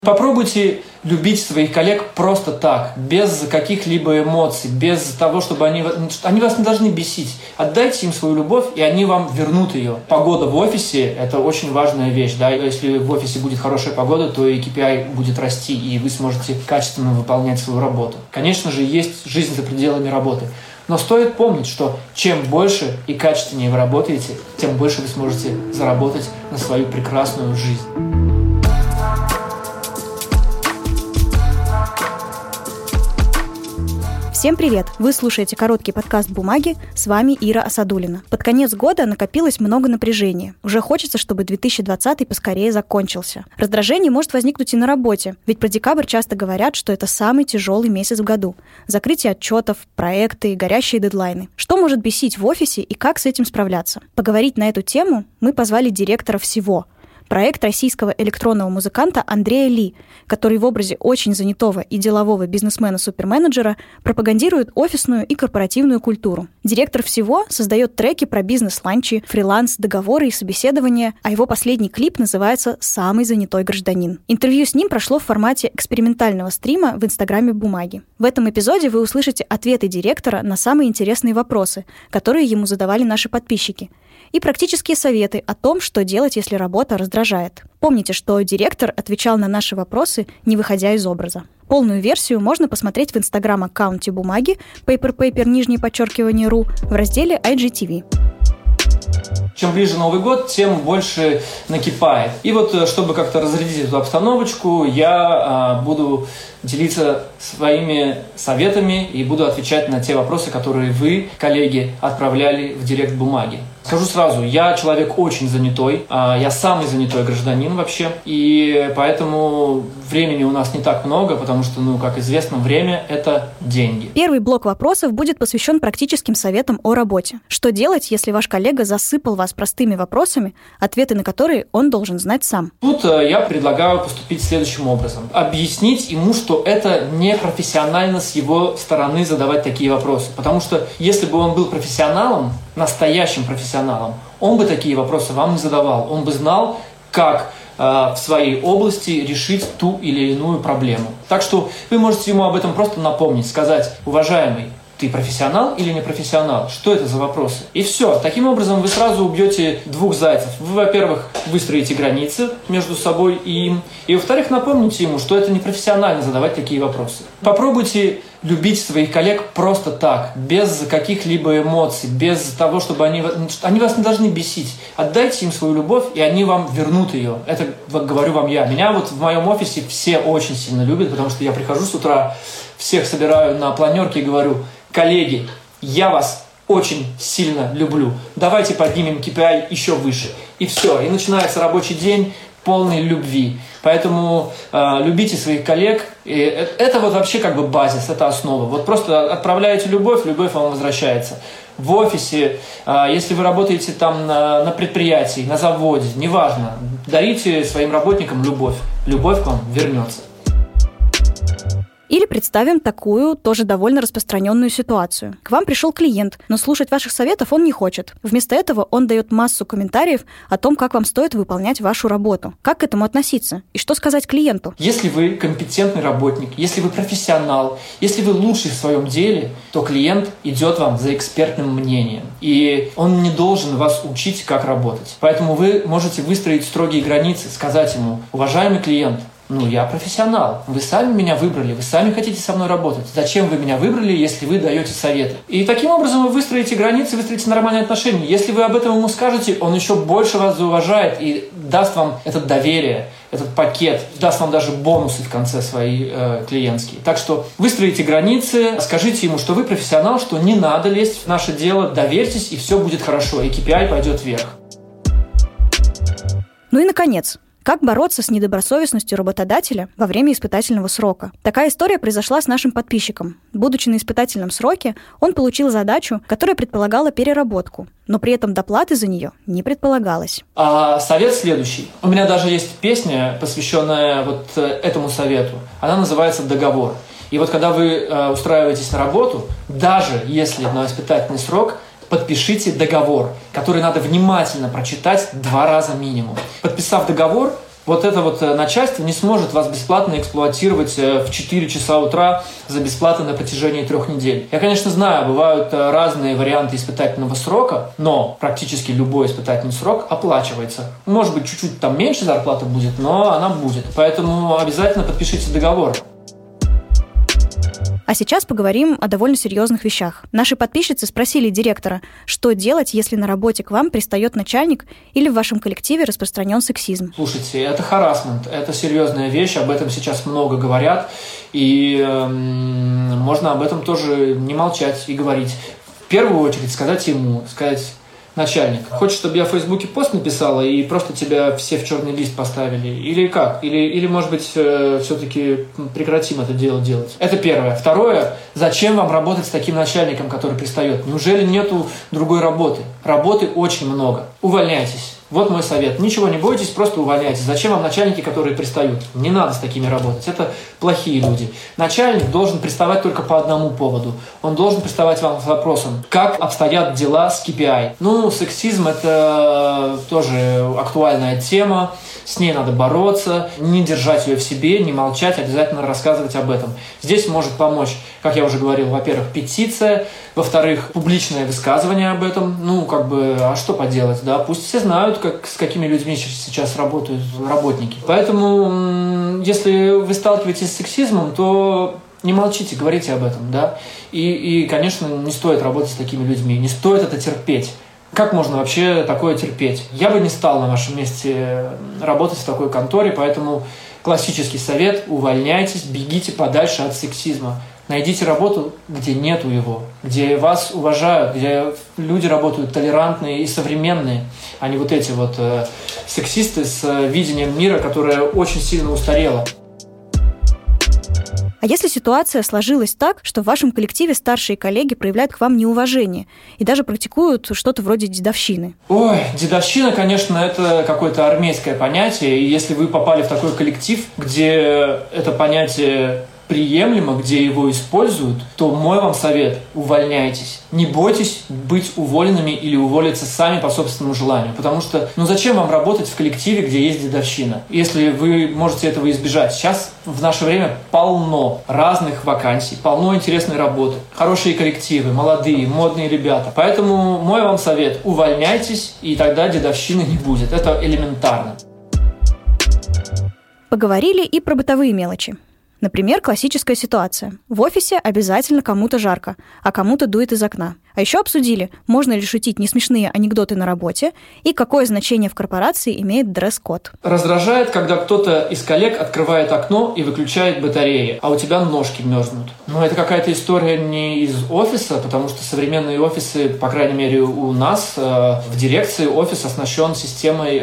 Попробуйте любить своих коллег просто так, без каких-либо эмоций, без того, чтобы они вас не должны бесить. Отдайте им свою любовь, и они вам вернут ее. Погода в офисе – это очень важная вещь. Да? Если в офисе будет хорошая погода, то и KPI будет расти, и вы сможете качественно выполнять свою работу. Конечно же, есть жизнь за пределами работы. Но стоит помнить, что чем больше и качественнее вы работаете, тем больше вы сможете заработать на свою прекрасную жизнь. Всем привет! Вы слушаете короткий подкаст «Бумаги», с вами Ира Асадуллина. Под конец года накопилось много напряжения. Уже хочется, чтобы 2020 поскорее закончился. Раздражение может возникнуть и на работе, ведь про декабрь часто говорят, что это самый тяжелый месяц в году. Закрытие отчетов, проекты, горящие дедлайны. Что может бесить в офисе и как с этим справляться? Поговорить на эту тему мы позвали директора «Всего», проект российского электронного музыканта Андрея Ли, который в образе очень занятого и делового бизнесмена-суперменеджера пропагандирует офисную и корпоративную культуру. Директор «Всего» создает треки про бизнес-ланчи, фриланс, договоры и собеседования, а его последний клип называется «Самый занятой гражданин». Интервью с ним прошло в формате экспериментального стрима в инстаграме «Бумаги». В этом эпизоде вы услышите ответы директора на самые интересные вопросы, которые ему задавали наши подписчики, и практические советы о том, что делать, если работа раздражает. Помните, что директор отвечал на наши вопросы, не выходя из образа. Полную версию можно посмотреть в инстаграм-аккаунте «Бумаги» paperpaper_ru в разделе IGTV. Чем ближе Новый год, тем больше накипает. И вот, чтобы как-то разрядить эту обстановочку, я буду делиться своими советами и буду отвечать на те вопросы, которые вы, коллеги, отправляли в директ «Бумаги». Скажу сразу, я человек очень занятой, я самый занятой гражданин вообще, и поэтому времени у нас не так много, потому что, как известно, время – это деньги. Первый блок вопросов будет посвящен практическим советам о работе. Что делать, если ваш коллега засыпал вас простыми вопросами, ответы на которые он должен знать сам? Тут я предлагаю поступить следующим образом. Объяснить ему, что это не профессионально с его стороны задавать такие вопросы. Потому что если бы он был профессионалом, настоящим профессионалом, он бы такие вопросы вам не задавал. Он бы знал, как в своей области решить ту или иную проблему. Так что вы можете ему об этом просто напомнить, сказать: уважаемый, ты профессионал или не профессионал? Что это за вопросы? И все. Таким образом вы сразу убьете двух зайцев. Вы, во-первых, выстроите границы между собой и им. И, во-вторых, напомните ему, что это не профессионально задавать такие вопросы. Попробуйте любить своих коллег просто так, без каких-либо эмоций, без того, чтобы они вас не должны бесить. Отдайте им свою любовь, и они вам вернут ее. Это говорю вам я. Меня в моем офисе все очень сильно любят, потому что я прихожу с утра, всех собираю на планерке и говорю: коллеги, я вас очень сильно люблю. Давайте поднимем KPI еще выше. И все. И начинается рабочий день полный любви. Поэтому любите своих коллег. И это вообще базис, это основа. Вот просто отправляете любовь, любовь вам возвращается. В офисе, если вы работаете там на предприятии, на заводе, неважно, дарите своим работникам любовь. Любовь к вам вернется. Или представим такую, тоже довольно распространенную ситуацию. К вам пришел клиент, но слушать ваших советов он не хочет. Вместо этого он дает массу комментариев о том, как вам стоит выполнять вашу работу. Как к этому относиться? И что сказать клиенту? Если вы компетентный работник, если вы профессионал, если вы лучший в своем деле, то клиент идет вам за экспертным мнением. И он не должен вас учить, как работать. Поэтому вы можете выстроить строгие границы, сказать ему: уважаемый клиент, я профессионал, вы сами меня выбрали, вы сами хотите со мной работать. Зачем вы меня выбрали, если вы даете советы? И таким образом вы выстроите границы, выстроите нормальные отношения. Если вы об этом ему скажете, он еще больше вас зауважает и даст вам это доверие, этот пакет, даст вам даже бонусы в конце свои клиентские. Так что выстроите границы, скажите ему, что вы профессионал, что не надо лезть в наше дело, доверьтесь, и все будет хорошо, и KPI пойдет вверх. Ну и, наконец, как бороться с недобросовестностью работодателя во время испытательного срока? Такая история произошла с нашим подписчиком. Будучи на испытательном сроке, он получил задачу, которая предполагала переработку, но при этом доплаты за нее не предполагалось. Совет следующий. У меня даже есть песня, посвященная этому совету. Она называется «Договор». И когда вы устраиваетесь на работу, даже если на испытательный срок, подпишите договор, который надо внимательно прочитать 2 раза минимум. Подписав договор, Вот это вот начальство не сможет вас бесплатно эксплуатировать в 4 часа утра за бесплатно на протяжении 3 недель. Я, конечно, знаю, бывают разные варианты испытательного срока, но практически любой испытательный срок оплачивается. Может быть, чуть-чуть там меньше зарплата будет, но она будет. Поэтому обязательно подпишите договор. А сейчас поговорим о довольно серьезных вещах. Наши подписчицы спросили директора, что делать, если на работе к вам пристает начальник или в вашем коллективе распространен сексизм. Слушайте, это харассмент, это серьезная вещь, об этом сейчас много говорят, и можно об этом тоже не молчать и говорить. В первую очередь сказать ему, начальник, хочешь, чтобы я в Фейсбуке пост написала и просто тебя все в черный лист поставили? Или как? Или может быть, все-таки прекратим это дело делать? Это первое. Второе, зачем вам работать с таким начальником, который пристает? Неужели нету другой работы? Работы очень много. Увольняйтесь. Вот мой совет. Ничего не бойтесь, просто увольняйтесь. Зачем вам начальники, которые пристают? Не надо с такими работать. Это плохие люди. Начальник должен приставать только по одному поводу. Он должен приставать вам с вопросом, как обстоят дела с KPI. Сексизм – это тоже актуальная тема. С ней надо бороться, не держать ее в себе, не молчать, обязательно рассказывать об этом. Здесь может помочь, как я уже говорил, во-первых, петиция, во-вторых, публичное высказывание об этом. А что поделать, да? Пусть все знают, с какими людьми сейчас работают работники. Поэтому, если вы сталкиваетесь с сексизмом, то не молчите, говорите об этом, да? И, конечно, не стоит работать с такими людьми, не стоит это терпеть. Как можно вообще такое терпеть? Я бы не стал на вашем месте работать в такой конторе, поэтому классический совет – увольняйтесь, бегите подальше от сексизма. Найдите работу, где нету его, где вас уважают, где люди работают толерантные и современные, а не вот эти вот сексисты с видением мира, которое очень сильно устарело. А если ситуация сложилась так, что в вашем коллективе старшие коллеги проявляют к вам неуважение и даже практикуют что-то вроде дедовщины? Ой, дедовщина, конечно, это какое-то армейское понятие, и если вы попали в такой коллектив, где это понятие приемлемо, где его используют, то мой вам совет – увольняйтесь. Не бойтесь быть уволенными или уволиться сами по собственному желанию, потому что зачем вам работать в коллективе, где есть дедовщина, если вы можете этого избежать? Сейчас в наше время полно разных вакансий, полно интересной работы, хорошие коллективы, молодые, модные ребята. Поэтому мой вам совет – увольняйтесь, и тогда дедовщины не будет. Это элементарно. Поговорили и про бытовые мелочи. Например, классическая ситуация. В офисе обязательно кому-то жарко, а кому-то дует из окна. А еще обсудили, можно ли шутить несмешные анекдоты на работе и какое значение в корпорации имеет дресс-код. Раздражает, когда кто-то из коллег открывает окно и выключает батареи, а у тебя ножки мерзнут. Это какая-то история не из офиса, потому что современные офисы, по крайней мере у нас, в дирекции офис оснащен системой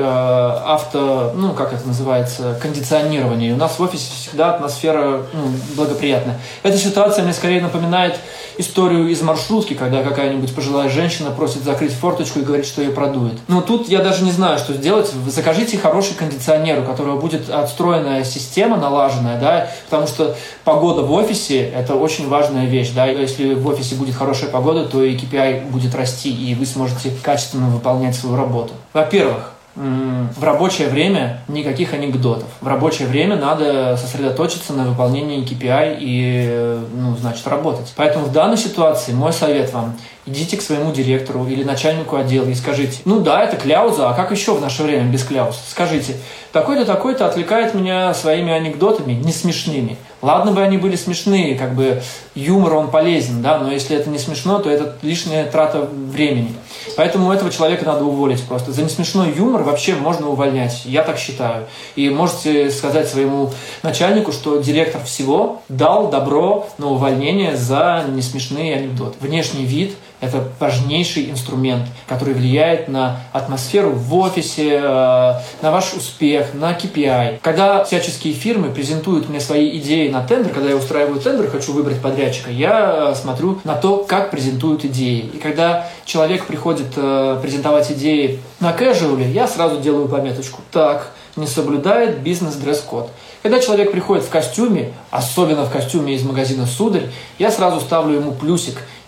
кондиционирования. И у нас в офисе всегда атмосфера благоприятная. Эта ситуация мне скорее напоминает историю из маршрутки, когда какая-нибудь пожилая женщина просит закрыть форточку и говорит, что ее продует. Тут я даже не знаю, что сделать. Закажите хороший кондиционер, у которого будет отстроенная система, налаженная, да, потому что погода в офисе – это очень важная вещь, да. Если в офисе будет хорошая погода, то и KPI будет расти, и вы сможете качественно выполнять свою работу. Во-первых, в рабочее время никаких анекдотов. В рабочее время надо сосредоточиться на выполнении KPI и, работать. Поэтому в данной ситуации мой совет вам – идите к своему директору или начальнику отдела и скажите, это кляуза, а как еще в наше время без кляуз? Скажите, такой-то, такой-то отвлекает меня своими анекдотами не смешными. Ладно бы они были смешные, юмор он полезен, да, но если это не смешно, то это лишняя трата времени. Поэтому этого человека надо уволить просто. За несмешной юмор вообще можно увольнять, я так считаю. И можете сказать своему начальнику, что директор всего дал добро на увольнение за несмешные анекдоты. Внешний вид – это важнейший инструмент, который влияет на атмосферу в офисе, на ваш успех, на KPI. Когда всяческие фирмы презентуют мне свои идеи на тендер, когда я устраиваю тендер, хочу выбрать подрядчика, я смотрю на то, как презентуют идеи. И когда человек приходит презентовать идеи на casual, я сразу делаю пометочку. Так, не соблюдает бизнес-дресс-код. Когда человек приходит в костюме, особенно в костюме из магазина «Сударь», я сразу ставлю ему плюсик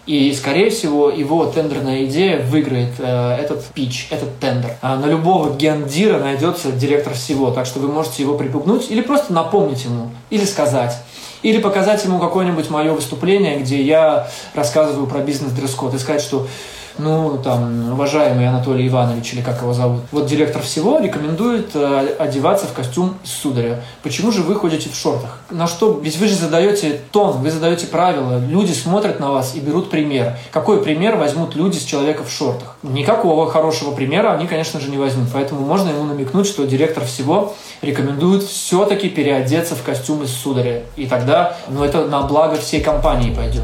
И, скорее всего, его тендерная идея выиграет этот питч, этот тендер. На любого гендира найдется директор всего, так что вы можете его припугнуть или просто напомнить ему, или сказать. Или показать ему какое-нибудь мое выступление, где я рассказываю про бизнес-дресс-код, и сказать, что уважаемый Анатолий Иванович, или как его зовут, вот директор всего рекомендует одеваться в костюм из сударя. Почему же вы ходите в шортах? На что? Ведь вы же задаете тон, вы задаете правила, люди смотрят на вас и берут пример. Какой пример возьмут люди с человека в шортах? Никакого хорошего примера они, конечно же, не возьмут. Поэтому можно ему намекнуть, что директор всего рекомендует все-таки переодеться в костюм из сударя. И тогда, это на благо всей компании пойдет.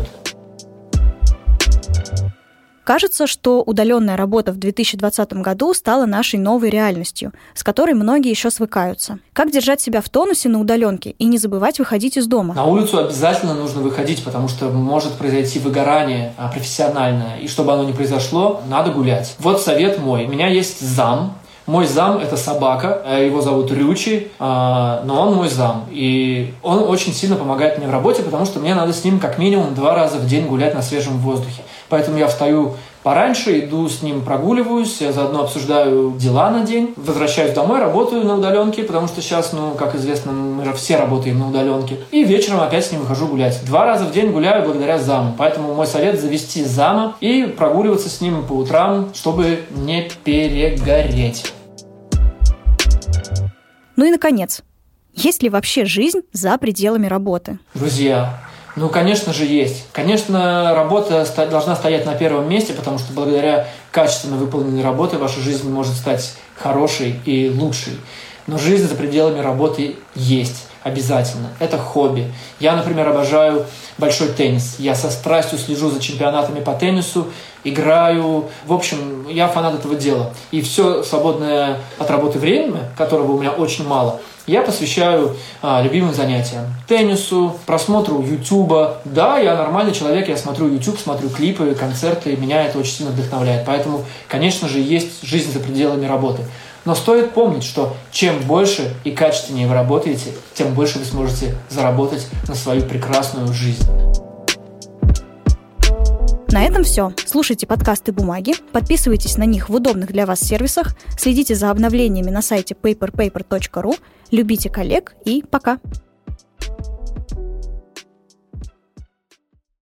Кажется, что удаленная работа в 2020 году стала нашей новой реальностью, с которой многие еще свыкаются. Как держать себя в тонусе на удаленке и не забывать выходить из дома? На улицу обязательно нужно выходить, потому что может произойти выгорание профессиональное. И чтобы оно не произошло, надо гулять. Вот совет мой. У меня есть зам. Мой зам – это собака, его зовут Рючи, но он мой зам. И он очень сильно помогает мне в работе, потому что мне надо с ним как минимум 2 раза в день гулять на свежем воздухе. Поэтому я встаю пораньше, иду с ним прогуливаюсь, я заодно обсуждаю дела на день, возвращаюсь домой, работаю на удаленке, потому что сейчас, как известно, мы все работаем на удаленке. И вечером опять с ним выхожу гулять. 2 раза в день гуляю благодаря заму. Поэтому мой совет – завести зама и прогуливаться с ним по утрам, чтобы не перегореть. И, наконец, есть ли вообще жизнь за пределами работы? Друзья, конечно же, есть. Конечно, работа должна стоять на первом месте, потому что благодаря качественно выполненной работе ваша жизнь может стать хорошей и лучшей. Но жизнь за пределами работы есть. Обязательно. Это хобби. Я, например, обожаю большой теннис. Я со страстью слежу за чемпионатами по теннису, играю. В общем, я фанат этого дела. И все свободное от работы время, которого у меня очень мало, я посвящаю любимым занятиям. Теннису, просмотру Ютуба. Да, я нормальный человек, я смотрю YouTube, смотрю клипы, концерты, и меня это очень сильно вдохновляет. Поэтому, конечно же, есть жизнь за пределами работы. Но стоит помнить, что чем больше и качественнее вы работаете, тем больше вы сможете заработать на свою прекрасную жизнь. На этом все. Слушайте подкасты «Бумаги», подписывайтесь на них в удобных для вас сервисах, следите за обновлениями на сайте paperpaper.ru, любите коллег и пока!